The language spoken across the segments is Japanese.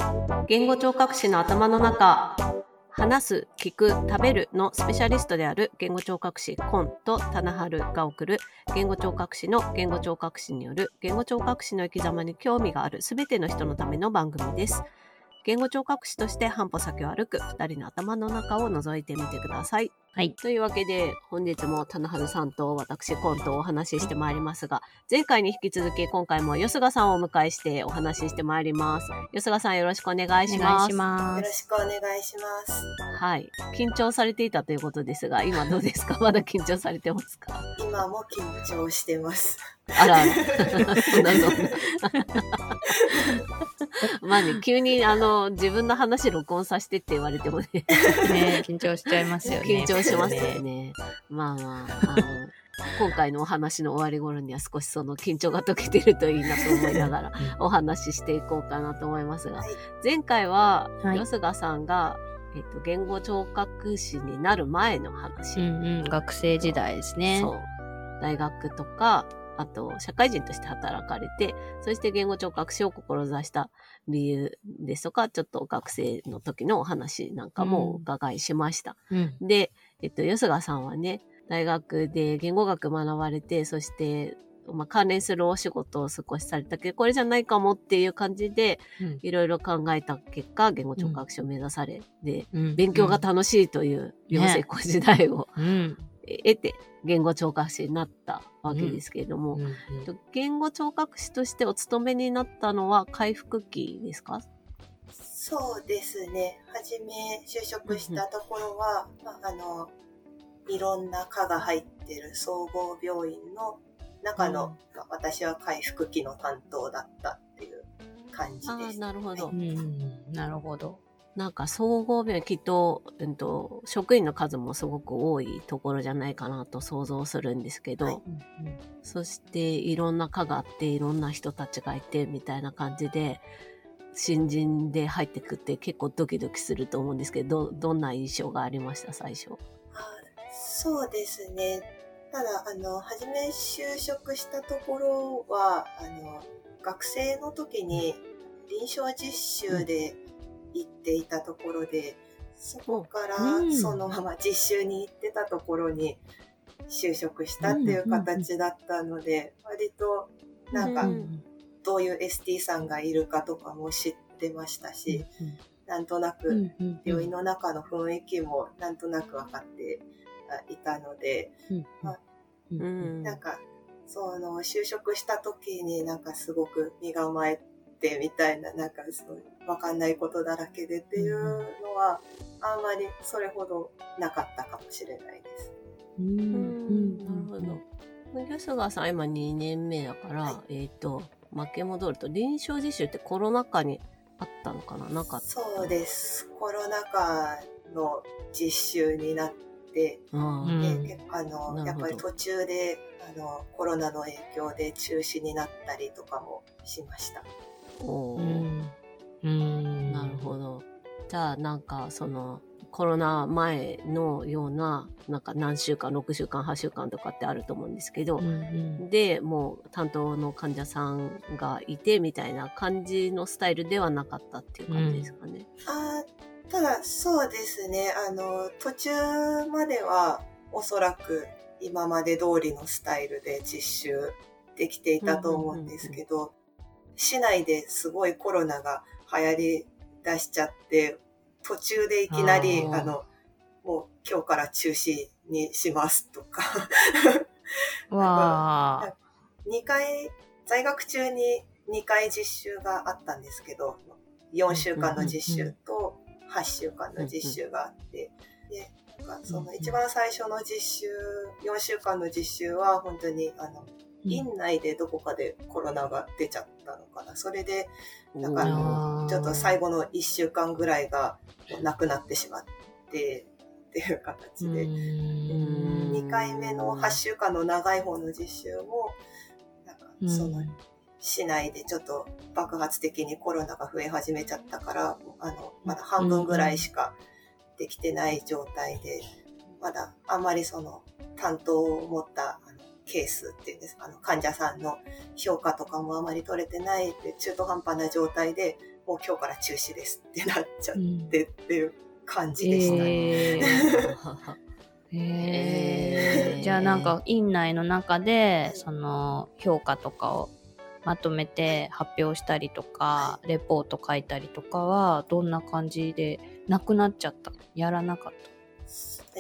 言語聴覚士の頭の中。話す、聞く、食べるのスペシャリストである言語聴覚士コンと棚春が送る言語聴覚士の言語聴覚士による言語聴覚士の生き様に興味があるすべての人のための番組です。言語聴覚士として半歩先を歩く2人の頭の中を覗いてみてください。はい。というわけで、本日も棚春さんと私コンとお話ししてまいりますが、前回に引き続き今回もよすがさんをお迎えしてお話ししてまいります。よすがさんよろしくお願いします。 よろしくお願いします。 はい。緊張されていたということですが、今どうですか？まだ緊張されてますか？ 今も緊張してます。 あら、そんな。まあね、急に自分の話録音させてって言われてもね。 ね、緊張しちゃいますよね。 緊張しますよね。まあ、今回のお話の終わり頃には少しその緊張が解けてるといいなと思いながらお話ししていこうかなと思いますが、前回は、よすがさんが、言語聴覚士になる前の話。 学生時代ですね。 そう。大学とか、あと、社会人として働かれて、そして言語聴覚士を志した理由ですとか、ちょっと学生の時のお話なんかもお伺いしました。で、よすがさんはね、大学で言語学学ばれて、そして、関連するお仕事を少しされたけど、これじゃないかもっていう感じで、いろいろ考えた結果、言語聴覚士を目指され、で、勉強が楽しいという養成校時代を、得て言語聴覚士になったわけですけれども、言語聴覚士としてお勤めになったのは回復期ですか？ そうですね。はじめ就職したところは、いろんな科が入ってる総合病院の中の、私は回復期の担当だったっていう感じです。 なるほど。 なるほど。 なんか総合病院きっと、職員の数もすごく多いところじゃないかなと想像するんですけど、そしていろんな科があっていろんな人たちがいてみたいな感じで新人で入ってくって結構ドキドキすると思うんですけど、どんな印象がありました最初？ そうですね。ただ初め就職したところは学生の時に臨床実習で行っていたところで、そこからそのまま実習に行ってたところに就職したっていう形だったので、割となんかどういう ST さんがいるかとかも知ってましたし、なんとなく病院の中の雰囲気もなんとなく分かっていたので、なんかその就職した時になんかすごく身構えてみたいな、なんかそう分かんないことだらけでっていうのはあんまりそれほどなかったかもしれないです。 なるほど。よすがさん今2年目だから、負け戻ると臨床実習ってコロナ禍にあったのかな？なかった？ そうです。コロナ禍の実習になって、やっぱり途中でコロナの影響で中止になったりとかもしました。 なるほど。じゃあなんかそのコロナ前のようななんか何週間6週間8週間とかってあると思うんですけど、でもう担当の患者さんがいてみたいな感じのスタイルではなかったっていう感じですかね？ ただそうですね、途中まではおそらく今まで通りのスタイルで実習できていたと思うんですけど、市内ですごいコロナが流行り出しちゃって、途中でいきなりもう今日から中止にしますとか2回在学中に2回実習があったんですけど、4週間の実習と8週間の実習があって、でなんかその一番最初の実習4週間の実習は本当に院内でどこかでコロナが出ちゃったのかな。それでなんかちょっと最後の1週間ぐらいがなくなってしまってっていう形で、2回目の8週間の長い方の実習もなんかその市内でちょっと爆発的にコロナが増え始めちゃったから、まだ半分ぐらいしかできてない状態で、まだあんまりその担当を持ったケースっていうんですか、患者さんの評価とかもあまり取れてないって中途半端な状態でもう今日から中止ですってなっちゃってっていう感じでしたね。 じゃあなんか院内の中でその評価とかをまとめて発表したりとか、レポート書いたりとかはどんな感じでなくなっちゃった？やらなかった？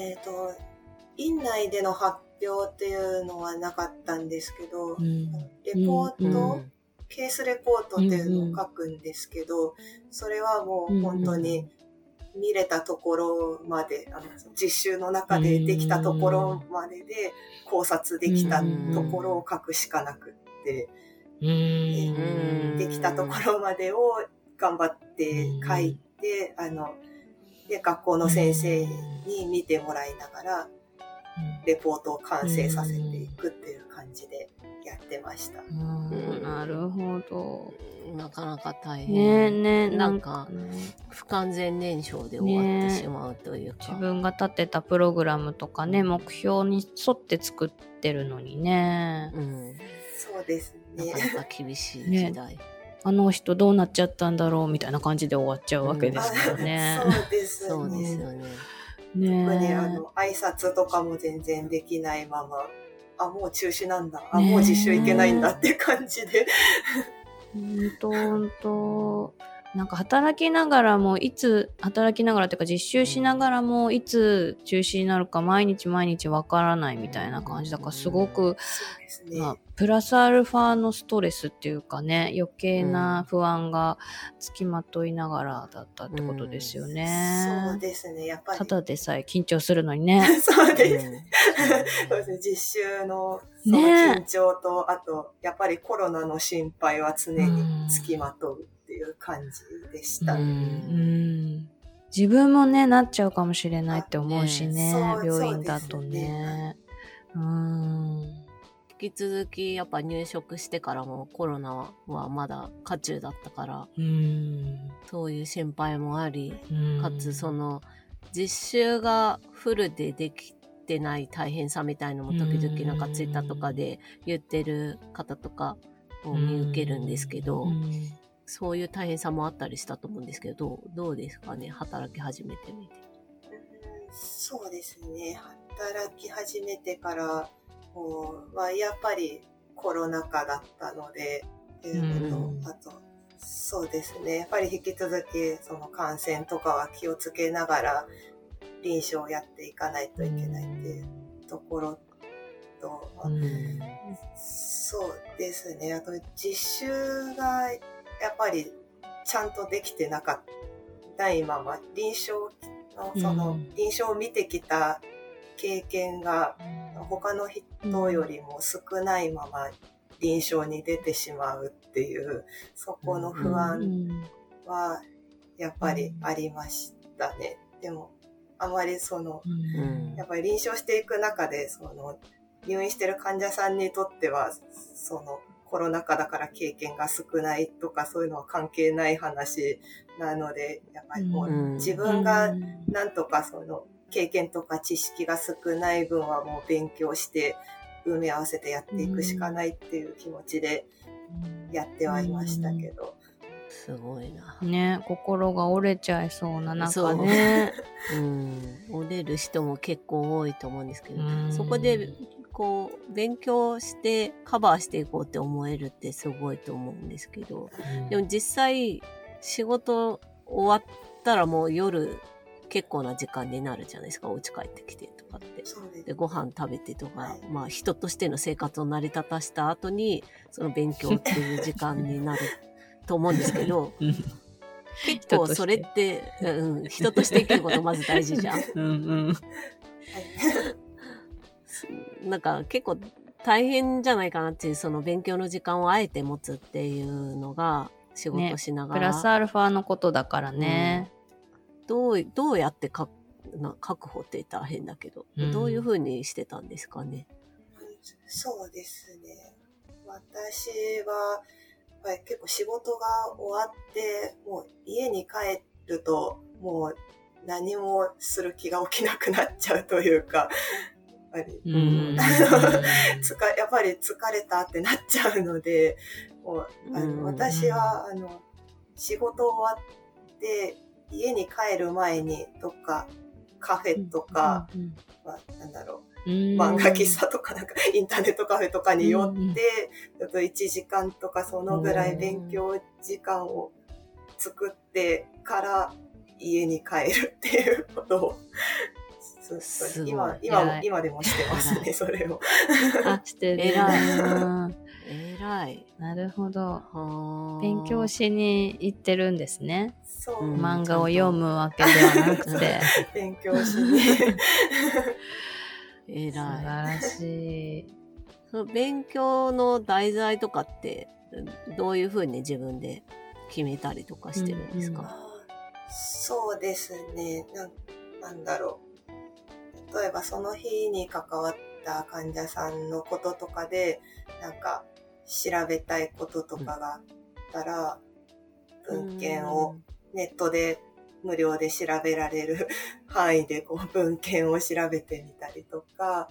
院内での発表っていうのはなかったんですけど、レポート、ケースレポートっていうのを書くんですけど、それはもう本当に見れたところまで、実習の中でできたところまでで考察できたところを書くしかなくって、できたところまでを頑張って書いて、で学校の先生に見てもらいながらレポートを完成させていくっていう感じでやってました。 なるほど。 なかなか大変。 なんか不完全燃焼で終わってしまうというか、 自分が立てたプログラムとかね、目標に沿って作ってるのにね。 そうですね。 なかなか厳しい時代。 あの人どうなっちゃったんだろうみたいな感じで終わっちゃうわけですからね。 そうですね。 そうですよね。 特に挨拶とかも全然できないまま、もう中止なんだ、もう実習行けないんだって感じで。 本当なんか働きながらっていうか実習しながらもいつ中止になるか毎日わからないみたいな感じだからすごく、プラスアルファのストレスっていうかね、余計な不安がつきまといながらだったってことですよね。 そうですね、やっぱりただでさえ緊張するのにね。 そうです。そうですね、実習のその緊張と、あとやっぱりコロナの心配は常につきまとうっていう感じでしたね。 自分もねなっちゃうかもしれないって思うしね、病院だとね。 引き続きやっぱ入職してからもコロナはまだ渦中だったから、そういう心配もあり、かつその実習がフルでできてない大変さみたいのも時々なんかツイッターとかで言ってる方とかを見受けるんですけど、そういう大変さもあったりしたと思うんですけど、どうですかね、働き始めてみて。 そうですね、働き始めてからやっぱりコロナ禍だったので、あとそうですね、やっぱり引き続きその感染とかは気をつけながら臨床をやっていかないといけないっていうところと、そうですね、あと実習がやっぱりちゃんとできてなかったまま臨床を見てきた経験が他の人よりも少ないまま臨床に出てしまうっていう、そこの不安はやっぱりありましたね。でもあまりやっぱり臨床していく中で入院してる患者さんにとってはコロナ禍だから経験が少ないとかそういうのは関係ない話なので、やっぱりもう自分がなんとか経験とか知識が少ない分はもう勉強して埋め合わせてやっていくしかないっていう気持ちでやってはいましたけど。 すごいな。 ね、心が折れちゃいそうな中ね。 折れる人も結構多いと思うんですけど、そこでこう勉強してカバーしていこうって思えるってすごいと思うんですけど、でも実際仕事終わったらもう夜結構な時間になるじゃないですか、お家帰ってきてとかって。で、ご飯食べてとか、まあ人としての生活を成り立たした後に、その勉強っていう時間になると思うんですけど、結構それって、人として生きることまず大事じゃん。なんか結構大変じゃないかなっていう、その勉強の時間をあえて持つっていうのが仕事しながら。 プラスアルファのことだからね。 どうやって確保って言ったら変だけど、どういう風にしてたんですかね。 そうですね。私はやっぱり結構仕事が終わってもう家に帰るともう何もする気が起きなくなっちゃうというか、やっぱり疲れたってなっちゃうので、もう私は仕事終わって家に帰る前にどっかカフェとか、なんだろう、漫画喫茶とかなんかインターネットカフェとかに寄って、ちょっと1時間とかそのぐらい勉強時間を作ってから家に帰るっていうことを今でもしてますね、それを。 あ、してる。 偉い。 なるほど。勉強しに行ってるんですね。 そう。 漫画を読むわけではなくて。 勉強しに。 偉い。 素晴らしい。 その勉強の題材とかってどういうふうに自分で決めたりとかしてるんですか？ そうですね。なんだろう。例えばその日に関わった患者さんのこととかで、なんか調べたいこととかがあったら、文献をネットで無料で調べられる範囲でこう文献を調べてみたりとか、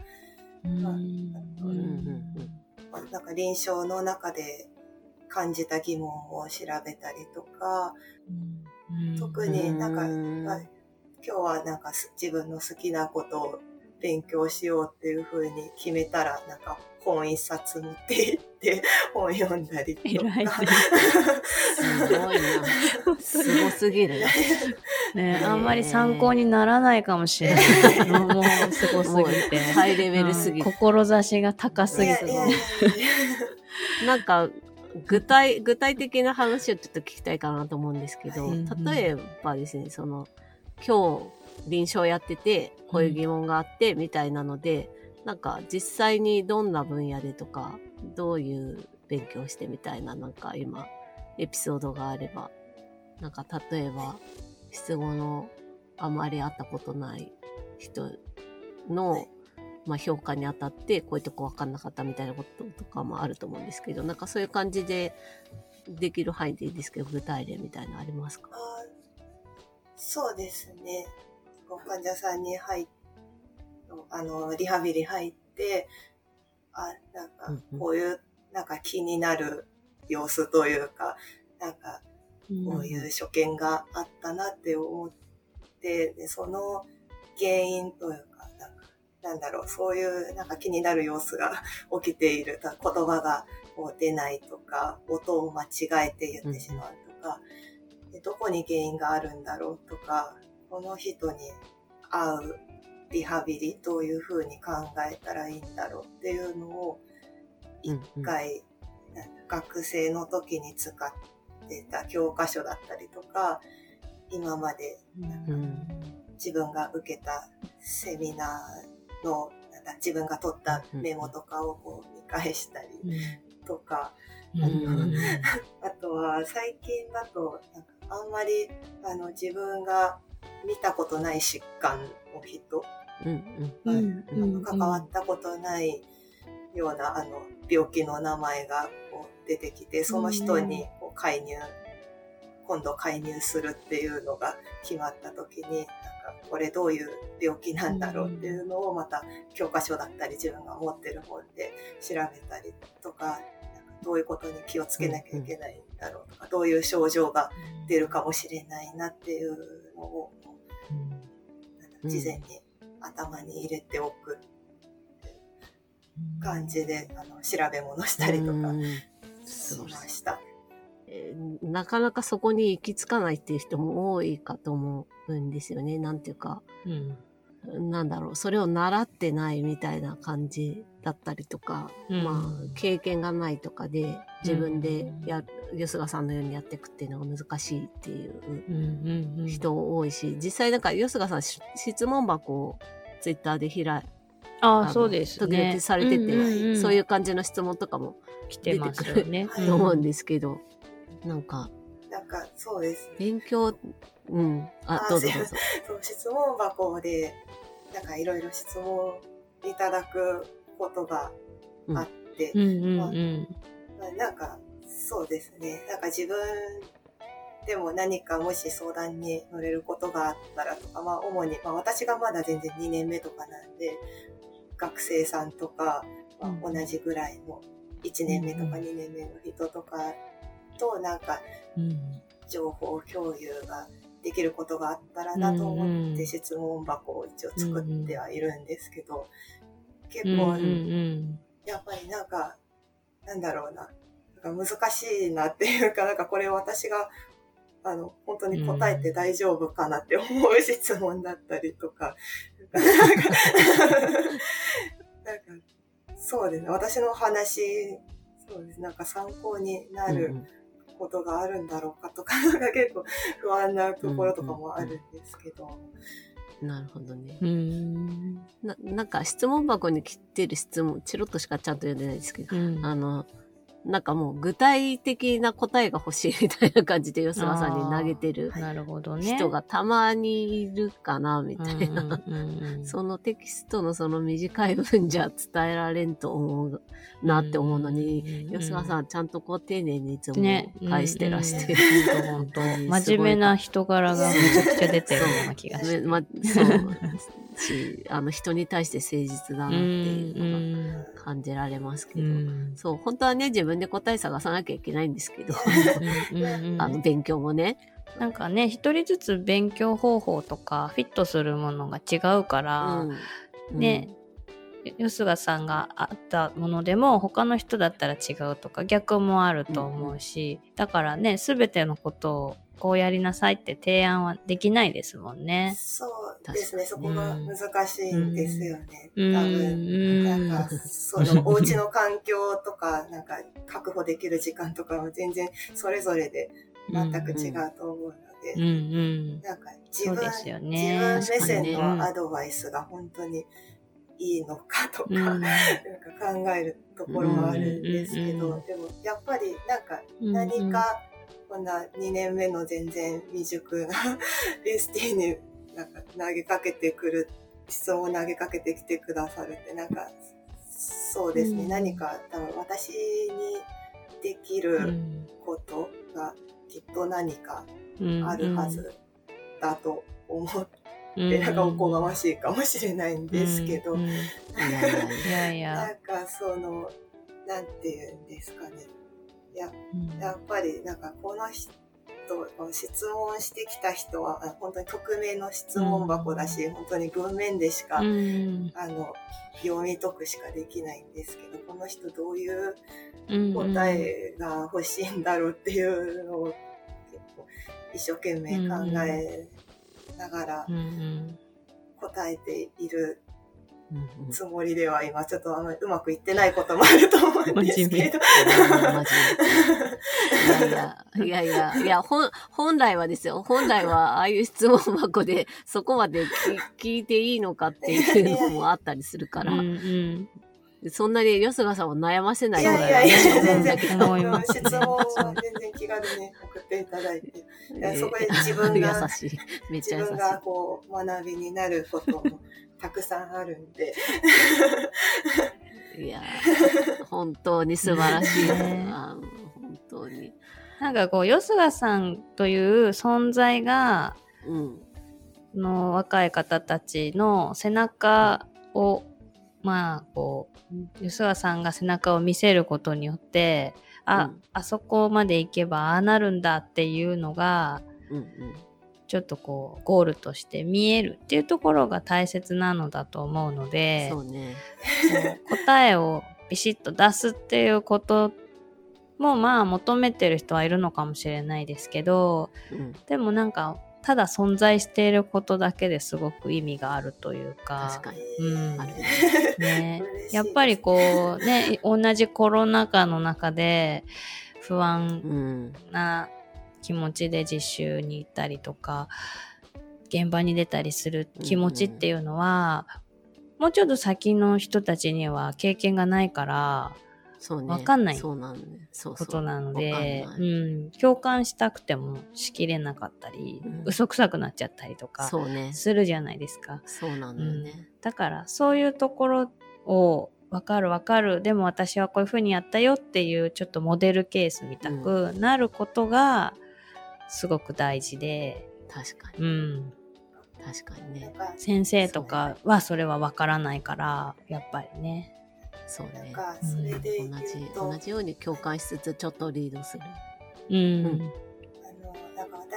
なんか臨床の中で感じた疑問を調べたりとか、特になんか、今日はなんか自分の好きなことを勉強しようっていう風に決めたら、なんか本一冊持って行って本読んだりとか。 偉いね。 すごいな。すごすぎるな。 ね、あんまり参考にならないかもしれない。もうすごすぎて。 ハイレベルすぎて。 志が高すぎて。 なんか、具体的な話をちょっと聞きたいかなと思うんですけど、例えばですね、今日臨床やってて、こういう疑問があってみたいなので、なんか実際にどんな分野でとか、どういう勉強してみたいな、なんか今、エピソードがあれば、なんか例えば、失語のあまり会ったことない人の、評価にあたって、こういうとこ分かんなかったみたいなこととかもあると思うんですけど、なんかそういう感じでできる範囲でいいですけど、具体例みたいなのありますか？ そうですね。患者さんにリハビリ入って、なんかこういうなんか気になる様子というか、なんかこういう所見があったなって思って、でその原因というか、なんだろう、そういうなんか気になる様子が起きている、言葉がこう出ないとか、音を間違えて言ってしまうとか、でどこに原因があるんだろうとか、この人に合うリハビリどういうふうに考えたらいいんだろうっていうのを一回、学生の時に使ってた教科書だったりとか、今まで自分が受けたセミナーの自分が取ったメモとかをこう見返したりとか、あとは最近だとなんかあんまり自分が見たことない疾患の人、関わったことないような病気の名前がこう出てきて、その人にこう今度介入するっていうのが決まった時に、なんかこれどういう病気なんだろうっていうのをまた教科書だったり自分が持ってる本で調べたりとか、なんかどういうことに気をつけなきゃいけないんだろうとか、どういう症状が出るかもしれないなっていうのを事前に頭に入れておく感じで調べ物したりとかしました。 なかなかそこに行き着かないっていう人も多いかと思うんですよね。なんていうか、なんだろう、それを習ってないみたいな感じだったりとか、経験がないとかで自分でよすがさんのようにやっていくっていうのが難しいっていう人多いし、実際なんかよすがさん質問箱をツイッターでそうですね。 時々されてて、そういう感じの質問とかも出てくると思うんですけど、なんかそうですね。 勉強、どうぞ。 そう質問箱でなんかいろいろ質問いただくことがあって、なんかそうですね。なんか自分でも何かもし相談に乗れることがあったらとか、主に、私がまだ全然2年目とかなんで、学生さんとか、同じぐらいの1年目とか2年目の人とかとなんか、 情報共有ができることがあったらなと思って質問箱を一応作ってはいるんですけど、結構、やっぱりなんかなんだろうな、なんか難しいなっていうか、なんかこれ私が本当に答えて大丈夫かなって思う質問だったりとか、なんかそうですね、私の話、そうです、なんか参考になることがあるんだろうかとか、なんか結構不安なところとかもあるんですけど。 なるほどね。なんか質問箱に来てる質問、チロッとしかちゃんと読んでないですけど、なんかもう具体的な答えが欲しいみたいな感じでよすがさんに投げてる人がたまにいるかなみたいな。そのテキストのその短い文じゃ伝えられんと思うなって思うのに、よすがさんちゃんとこう丁寧にいつも返してらして、 本当真面目な人柄がめちゃくちゃ出てるような気がして。 そうし、人に対して誠実だなっていうのが感じられますけど、そう、本当はね、自分で答え探さなきゃいけないんですけど、勉強もね。 なんかね、一人ずつ勉強方法とかフィットするものが違うから、ね、よすがさんがあったものでも他の人だったら違うとか逆もあると思うし、だからね、すべてのことをこうやりなさいって提案はできないですもんね。 そうですね、そこが難しいんですよね。多分、なんか、そのお家の環境とか、なんか確保できる時間とかは全然それぞれで全く違うと思うので、なんか自分目線のアドバイスが本当にいいのかとか、なんか考えるところもあるんですけど、でもやっぱりなんか何か、こんな2年目の全然未熟なST になんか投げかけてくる、質問を投げかけてきてくださるって、なんかそうですね、何か多分私にできることがきっと何かあるはずだと思ってなんかおこがましいかもしれないんですけど、なんかそのなんていうんですかね、やっぱりなんかこの人質問してきた人は本当に匿名の質問箱だし、本当に文面でしか、読み解くしかできないんですけど、この人どういう答えが欲しいんだろうっていうのを結構一生懸命考えながら答えているつもりでは今ちょっとあんまりうまくいってないこともあると思うんですけど。 いや、本来はですよ。本来はああいう質問箱でそこまで聞いていいのかっていうのもあったりするから。そんなによすがさんを悩ませないような全然質問は全然気軽に送っていただいて、そこで自分がめっちゃ優しい。 自分がこう学びになることもたくさんあるんで。 いや、本当に素晴らしい。本当に。 なんかこう、よすがさんという存在が、の若い方たちの背中を、まあこう、よすがさんが背中を見せることによって、あそこまで行けばああなるんだっていうのが、ちょっとこうゴールとして見えるっていうところが大切なのだと思うので、 そうね、 答えをビシッと出すっていうこともまあ求めてる人はいるのかもしれないですけど、でもなんかただ存在していることだけですごく意味があるというか、 確かに、 ね、やっぱりこうね、同じコロナ禍の中で不安な気持ちで実習に行ったりとか現場に出たりする気持ちっていうのは、もうちょっと先の人たちには経験がないから分かんないことなので、共感したくてもしきれなかったり、嘘くさくなっちゃったりとかするじゃないですか。 そうなんだよね。 だからそういうところをわかる、でも私はこういう風にやったよっていうちょっとモデルケースみたくなることがすごく大事で、 確かに、確かにね。 先生とかはそれはわからないからやっぱりね。 そうね。 それで同じように共感しつつちょっとリードする。 なん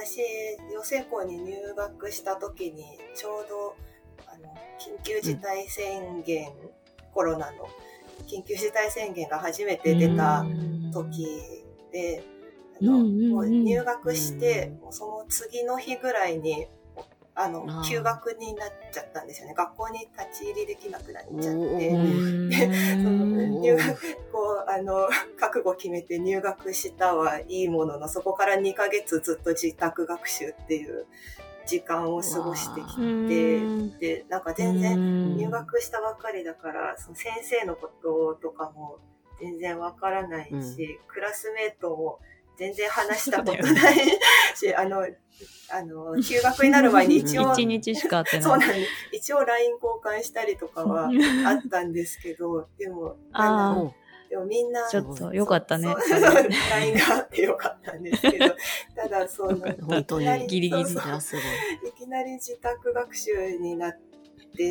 私、養成校に入学した時に、ちょうど、緊急事態宣言、コロナの緊急事態宣言が初めて出た時で、もう入学して、もうその次の日ぐらいに、休学になっちゃったんですよね。学校に立ち入りできなくなっちゃって。で、入学、覚悟決めて入学したはいいものの、そこから2ヶ月ずっと自宅学習っていう時間を過ごしてきて、で、なんか全然入学したばっかりだから、その先生のこととかも全然わからないし、クラスメートも全然話したことないし、休学になる前に一応、 1日しか会ってない。 そうなんです。一応 LINE 交換したりとかはあったんですけど、でもみんな、 ちょっとよかったね。 LINE があってよかったんですけど、ただ本当にギリギリだ、すごい。いきなり自宅学習になって、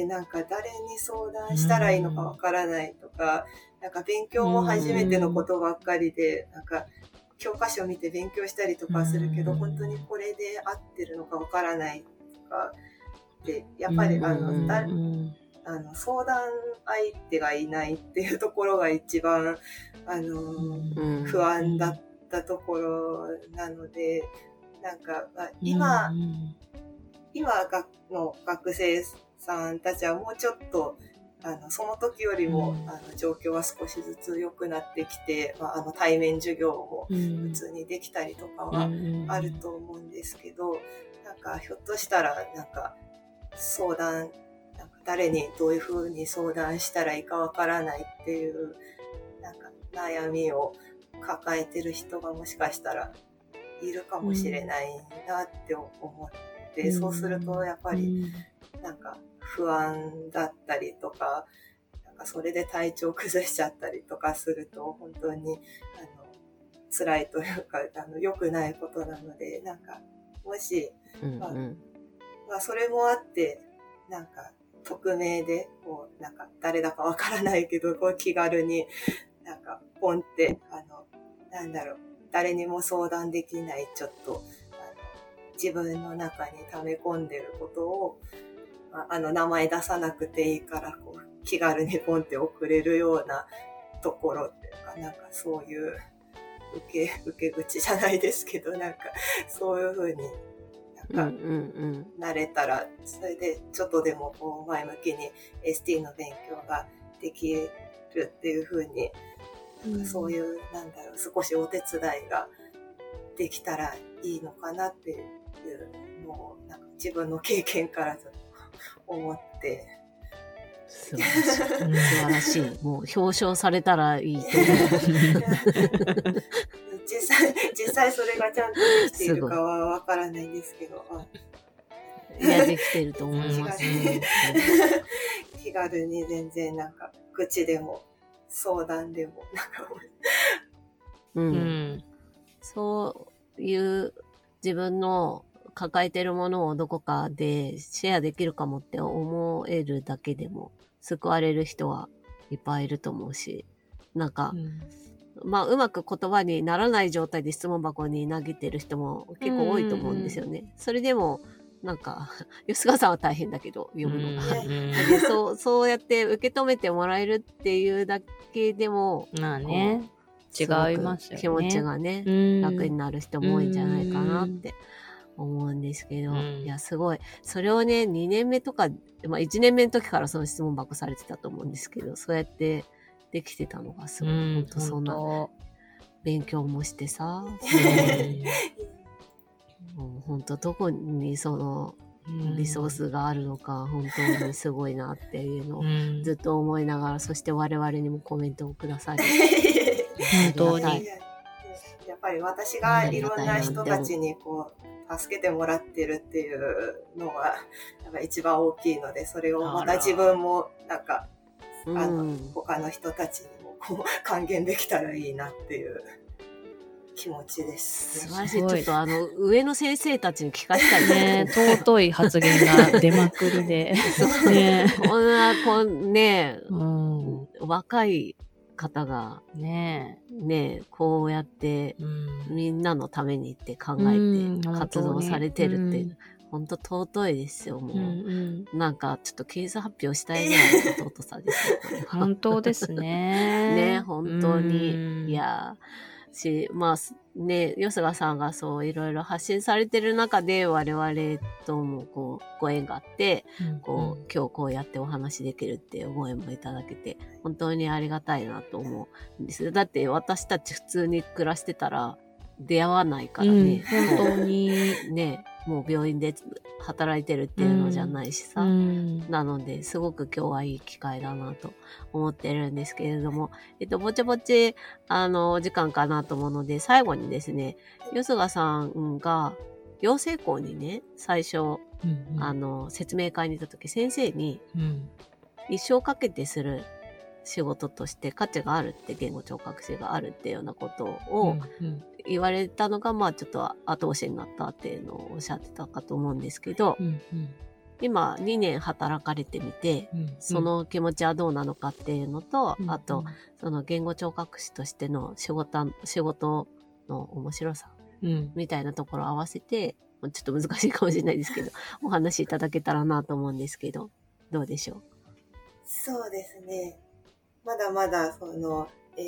なんか誰に相談したらいいのかわからないとか、なんか勉強も初めてのことばっかりで、なんか教科書を見て勉強したりとかするけど、本当にこれで合ってるのかわからないとか、で、やっぱり相談相手がいないっていうところが一番、不安だったところなので、なんか、今の学生さんたちはもうちょっと、その時よりも、状況は少しずつ良くなってきて、対面授業も普通にできたりとかはあると思うんですけど、なんか、ひょっとしたら、なんか、なんか誰にどういうふうに相談したらいいかわからないっていう、なんか、悩みを抱えてる人がもしかしたらいるかもしれないなって思って、そうすると、やっぱり、なんか、不安だったりとか、なんかそれで体調崩しちゃったりとかすると、本当に、辛いというか、良くないことなので、なんか、もし、それもあって、なんか、匿名で、こう、なんか、誰だかわからないけど、こう、気軽に、なんか、ポンって、誰にも相談できない、ちょっと、自分の中に溜め込んでることを、名前出さなくていいから、こう、気軽にポンって送れるようなところっていうか、なんかそういう受け口じゃないですけど、なんかそういう風になんかなれたら、それでちょっとでもこう前向きに ST の勉強ができるっていう風に、なんかそういう、少しお手伝いができたらいいのかなっていうのを、なんか自分の経験からちょっと思って。 素晴らしい。もう表彰されたらいいと思う。 実際それがちゃんとできているかはわからないんですけど。 いや、できてると思いますね。 気軽に全然なんか、口でも相談でも、なんかそういう自分の抱えてるものをどこかでシェアできるかもって思えるだけでも救われる人はいっぱいいると思うし、なんか、うまく言葉にならない状態で質問箱に投げてる人も結構多いと思うんですよね。それでも、なんか、吉川さんは大変だけど、読むのが。でそうやって受け止めてもらえるっていうだけでも、 まあね、違いますよね。 気持ちがね、楽になる人も多いんじゃないかなって思うんですけど、いや、すごい。それをね、2年目とか、1年目の時からその質問箱されてたと思うんですけど、そうやってできてたのがすごい。本当そんな、勉強もしてさ、もう本当どこにそのリソースがあるのか本当にすごいなっていうのをずっと思いながら、そして我々にもコメントをくださり本当にやっぱり私がいろんな人たちにこう助けてもらってるっていうのがやっぱ一番大きいので、それをまた自分もなんか他の人たちにもこう還元できたらいいなっていう気持ちです。 素晴らしい。ちょっと上の先生たちに聞かせたいね。 尊い発言が出まくりで。 ね、こんな、若い方がねね、こうやってみんなのためにって考えて活動されてるって、本当尊いですよ、もう。なんか、ちょっとケース発表したいぐらいの尊さですよ、これは。 本当ですね。 ね、本当に。いやまあ、ね、よすがさんがそういろいろ発信されてる中で我々ともこうご縁があって、こう今日こうやってお話できるっていうご縁もいただけて本当にありがたいなと思うんです。だって私たち普通に暮らしてたら出会わないからね。 本当に。 ね、もう病院で働いてるっていうのじゃないしさ。なので、すごく今日はいい機会だなと思ってるんですけれども、ぼちぼち、お時間かなと思うので、最後にですね、よすがさんが、養成校にね、最初、説明会に行った時、先生に、一生かけてする仕事として価値があるって、言語聴覚士があるっていうようなことを言われたのが、まあちょっと後押しになったっていうのをおっしゃってたかと思うんですけど、今2年働かれてみて、その気持ちはどうなのかっていうのと、あと、その言語聴覚士としての仕事の面白さみたいなところを合わせて、ちょっと難しいかもしれないですけど、お話しいただけたらなと思うんですけど、どうでしょう？ そうですね。まだまだその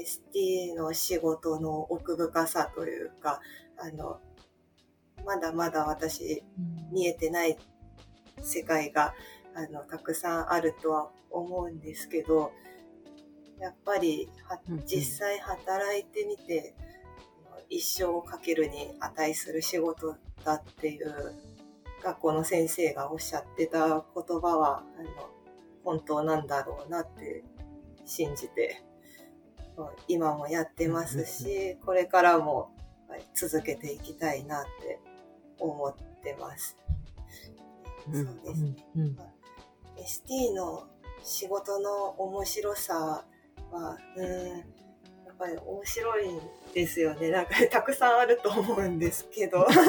ST の仕事の奥深さというか、まだまだ私見えてない世界がたくさんあるとは思うんですけど、やっぱり実際働いてみて一生をかけるに値する仕事だっていう学校の先生がおっしゃってた言葉は本当なんだろうなって信じて今もやってますし、これからも続けていきたいなって思ってます。そうですね。ST の仕事の面白さは、やっぱり面白いんですよね。なんかたくさんあると思うんですけど、本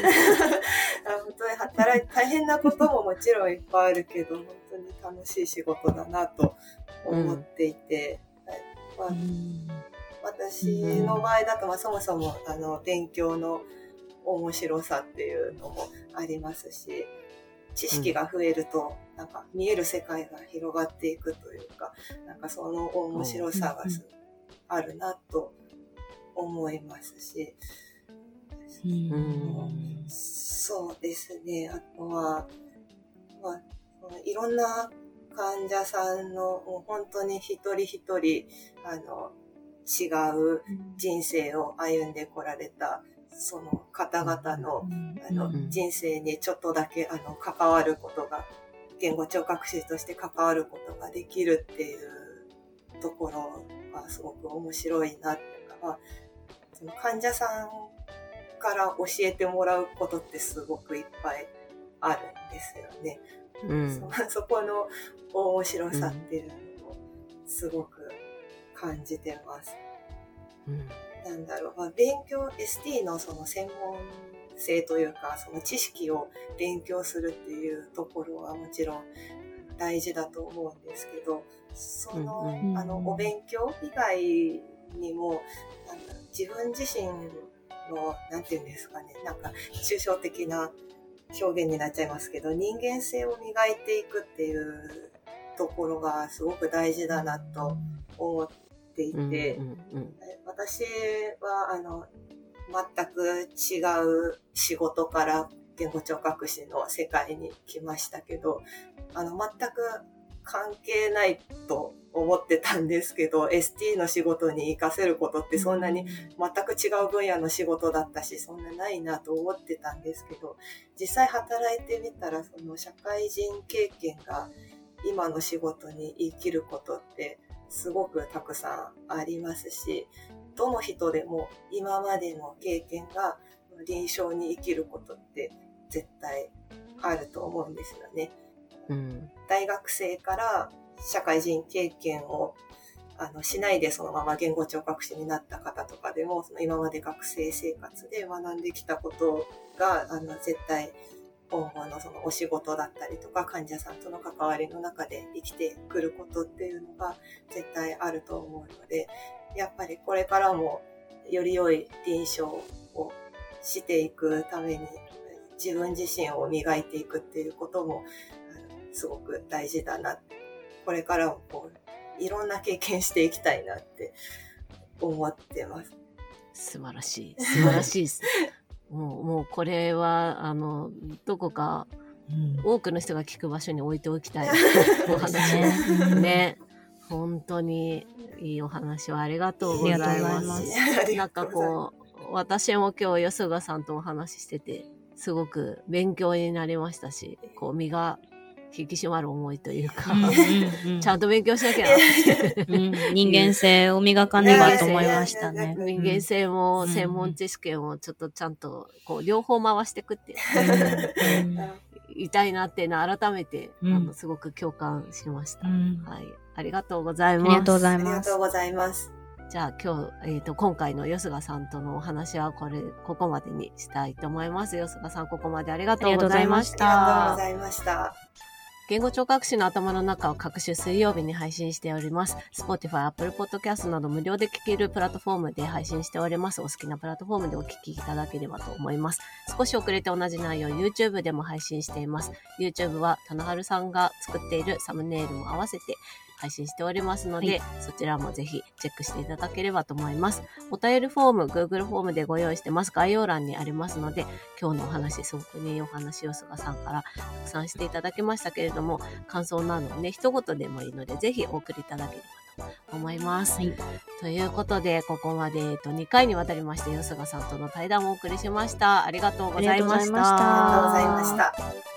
当に大変なことももちろんいっぱいあるけど、本当に楽しい仕事だなと思っていて、私の場合だと、そもそも勉強の面白さっていうのもありますし、知識が増えるとなんか見える世界が広がっていくというか、なんかその面白さがあるなと思いますし、そうですね。あとは、いろんな患者さんのもう本当に一人一人違う人生を歩んでこられたその方々の人生にちょっとだけ関わることが、言語聴覚士として関わることができるっていうところがすごく面白いなっていうか、その患者さんから教えてもらうことってすごくいっぱいあるんですよね。そこの面白さっていうのをすごく感じてます。なんだろう、勉強 ST のその専門性というか、その知識を勉強するっていうところはもちろん大事だと思うんですけど、その、お勉強以外にも自分自身のなんていうんですかね、なんか抽象的な表現になっちゃいますけど、人間性を磨いていくっていうところがすごく大事だなと思っていて、私は全く違う仕事から言語聴覚士の世界に来ましたけど、全く関係ないと思ってたんですけど、ST の仕事に活かせることってそんなに全く違う分野の仕事だったし、そんなないなと思ってたんですけど、実際働いてみたらその社会人経験が今の仕事に生きることってすごくたくさんありますし、どの人でも今までの経験が臨床に生きることって絶対あると思うんですよね。大学生から社会人経験をしないでそのまま言語聴覚士になった方とかでも、その今まで学生生活で学んできたことが絶対今後のそのお仕事だったりとか患者さんとの関わりの中で生きてくることっていうのが絶対あると思うので、やっぱりこれからもより良い臨床をしていくために自分自身を磨いていくっていうこともすごく大事だな。これからもこういろんな経験していきたいなって思ってます。 素晴らしい。素晴らしいです。もうこれは、どこか、多くの人が聞く場所に置いておきたいお話ね。本当にいいお話をありがとうございます。なんかこう、私も今日、よすがさんとお話ししてて、すごく勉強になりましたし、こう、身が引き締まる思いというか、ちゃんと勉強しなきゃなって人間性を磨かねばと思いましたね。 人間性も専門知識もちょっとちゃんとこう両方回していくっていう言いたいなっていうのを改めて、すごく共感しました。はい、ありがとうございます。 ありがとうございます。 ありがとうございます。 じゃあ今日、今回のよすがさんとのお話はここまでにしたいと思います。よすがさん、ここまでありがとうございました。 ありがとうございました。 言語聴覚士の頭の中を各週水曜日に配信しております。Spotify、Apple Podcast など無料で聞けるプラットフォームで配信しております。お好きなプラットフォームでお聞きいただければと思います。少し遅れて同じ内容 YouTube でも配信しています。YouTube は棚春さんが作っているサムネイルも合わせて配信しておりますので、そちらもぜひチェックしていただければと思います。お便りフォーム、Google フォームでご用意してます。概要欄にありますので、今日のお話、すごくね、いいお話を菅さんからたくさんしていただきましたけれども、感想などね、一言でもいいので、ぜひお送りいただければと思います。ということで、ここまで、2回にわたりまして、菅さんとの対談をお送りしました。ありがとうございました。 ありがとうございました。